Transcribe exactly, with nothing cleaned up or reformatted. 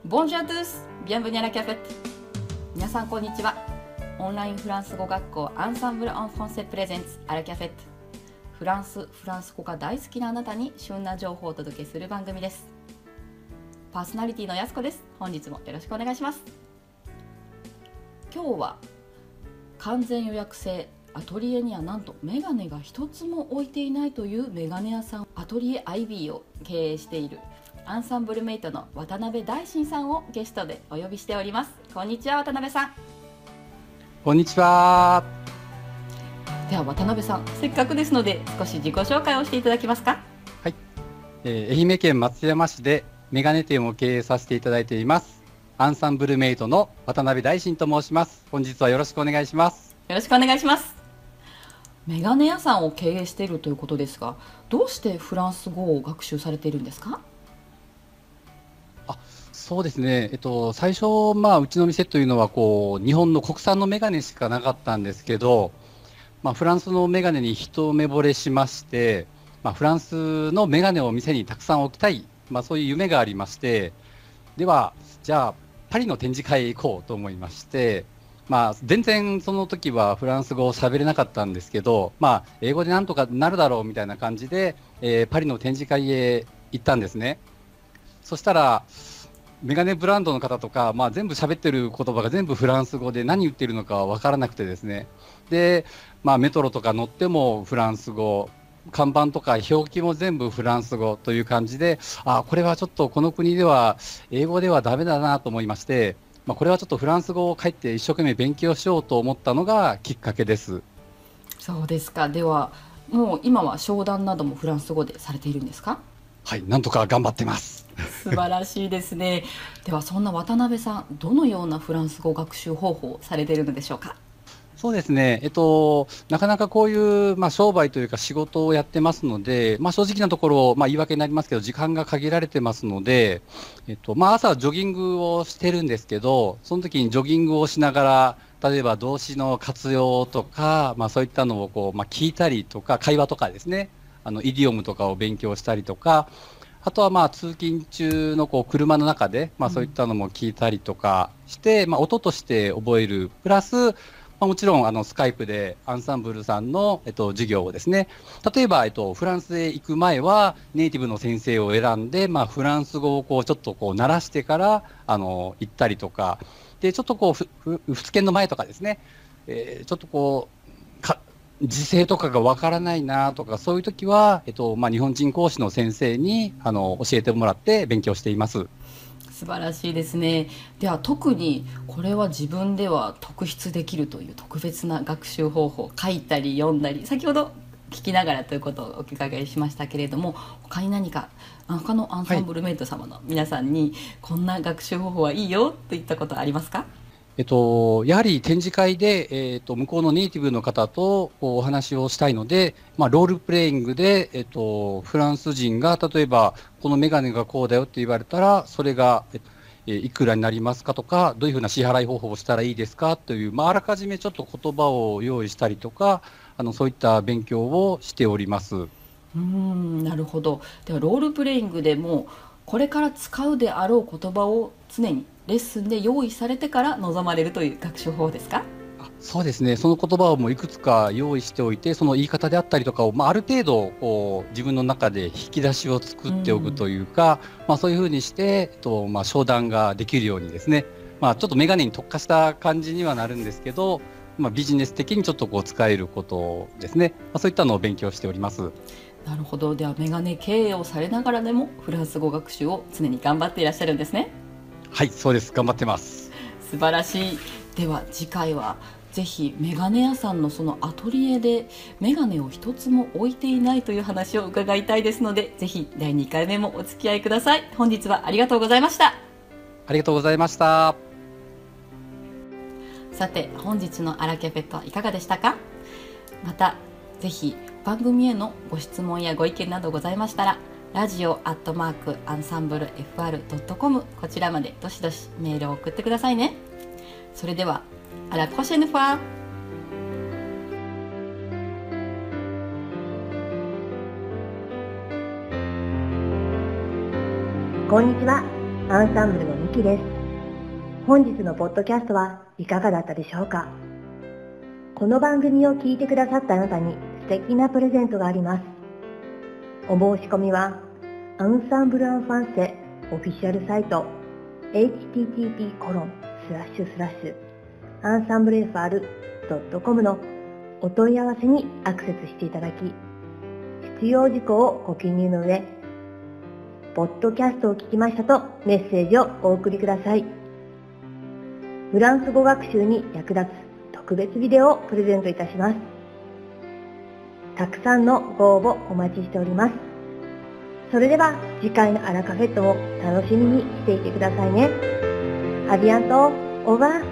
Bonjour à tous, bienvenue à la cafette。皆さんこんにちは。オンラインフランス語学校アンサンブル・アン・フランセ・プレゼンツアラキャフェット。フランス、フランス語が大好きなあなたに旬な情報をお届けする番組です。パーソナリティのやすこです。本日もよろしくお願いします。今日は完全予約制、アトリエにはなんとメガネが一つも置いていないというメガネ屋さん、アトリエ アイビー を経営しているアンサンブルメイトの渡辺大臣さんをゲストでお呼びしております。こんにちは、渡辺さん。 こんにちは。 では渡辺さん、せっかくですので少し自己紹介をしていただけますか？ はい、えー、愛媛県松山市でメガネ店を経営させていただいていますアンサンブルメイトの渡辺大臣と申します。本日はよろしくお願いします。 よろしくお願いします。メガネ屋さんを経営しているということですが、どうしてフランス語を学習されているんですか？ あ、そうですね、えっと、最初、まあ、うちの店というのはこう日本の国産のメガネしかなかったんですけど、まあ、フランスのメガネに一目惚れしまして、まあ、フランスのメガネを店にたくさん置きたい、まあ、そういう夢がありまして、ではじゃあパリの展示会へ行こうと思いまして、まあ、全然その時はフランス語を喋れなかったんですけど、まあ、英語でなんとかなるだろうみたいな感じで、えーパリの展示会へ行ったんですね。そしたらメガネブランドの方とか、まあ、全部喋ってる言葉が全部フランス語で何言ってるのか分からなくてですね。で、まあ、メトロとか乗ってもフランス語、看板とか表記も全部フランス語という感じで、あ、これはちょっとこの国では英語ではダメだなと思いまして、まあ、これはちょっとフランス語を帰って一生懸命勉強しようと思ったのがきっかけです。 そうですか。ではもう今は商談などもフランス語でされているんですか？ はい、なんとか頑張ってます。 素晴らしいですね。ではそんな渡辺さん、どのようなフランス語学習方法をされているのでしょうか？ そうですね、えっと、なかなかこういう、まあ、商売というか仕事をやってますので、まあ、正直なところ、まあ、言い訳になりますけど、時間が限られてますので、えっとまあ、朝はジョギングをしてるんですけど、その時にジョギングをしながら、例えば動詞の活用とか、まあ、そういったのをこう、まあ、聞いたりとか、会話とかですね、あのイディオムとかを勉強したりとか、あとはまあ通勤中のこう車の中で、まあ、そういったのも聞いたりとかして、まあ、音として覚える、プラス、まあ、もちろんあのスカイプでアンサンブルさんの、えっと、授業をですね、例えば、えっと、フランスへ行く前はネイティブの先生を選んで、まあ、フランス語をこうちょっとこう慣らしてからあの行ったりとかで、ちょっとこうふふふつけんの前とかですね、えーちょっとこうか時勢とかがわからないなとか、そういう時は、えっとまあ、日本人講師の先生にあの教えてもらって勉強しています。 素晴らしいですね。では特にこれは自分では特筆できるという特別な学習方法、書いたり読んだり、先ほど聞きながらということをお伺いしましたけれども、他に何か他のアンサンブルメイト様の皆さんに、こんな学習方法はいいよといったことはありますか？ えっと、やはり展示会で、えっと、向こうのネイティブの方とこうお話をしたいので、まあ、ロールプレイングで、えっと、フランス人が例えばこのメガネがこうだよって言われたら、それが、ええいくらになりますかとか、どういうふうな支払い方法をしたらいいですかという、まあ、あらかじめちょっと言葉を用意したりとか、あのそういった勉強をしております。 うーん、なるほど。ではロールプレイングでもこれから使うであろう言葉を常にレッスンで用意されてから臨まれるという学習法ですか？ あ、そうですね、その言葉をもういくつか用意しておいて、その言い方であったりとかを、まあ、ある程度こう自分の中で引き出しを作っておくというか、まあ、そういうふうにして、えっとまあ、商談ができるようにですね、まあ、ちょっとメガネに特化した感じにはなるんですけど、まあ、ビジネス的にちょっとこう使えることですね、まあ、そういったのを勉強しております。 なるほど。ではメガネ経営をされながらでもフランス語学習を常に頑張っていらっしゃるんですね。 はい、そうです、頑張ってます。 素晴らしい。では次回はぜひメガネ屋さんのそのアトリエでメガネを一つも置いていないという話を伺いたいですので、ぜひだいにかいめもお付き合いください。本日はありがとうございました。 ありがとうございました。 さて本日のアラキャフェットはいかがでしたか？またぜひ番組へのご質問やご意見などございましたら、ラジオアットマークアンサンブル エフアールドットコム こちらまでどしどしメールを送ってくださいね。それではà la prochaine fois。 こんにちは。アンサンブルの樹です。本日のポッドキャストはいかがだったでしょうか。この番組を聞いてくださったあなたに素敵なプレゼントがあります。お申し込みはアンサンブル・アン・ファンセオフィシャルサイト エイチティーティーピーコロンスラッシュスラッシュアンサンブル エフアールドットコム のお問い合わせにアクセスしていただき、必要事項をご記入の上、ポッドキャストを聞きましたとメッセージをお送りください。フランス語学習に役立つ特別ビデオをプレゼントいたします。たくさんのご応募お待ちしております。それでは次回のアラカフェットも楽しみにしていてくださいね。アビアント、オーバー。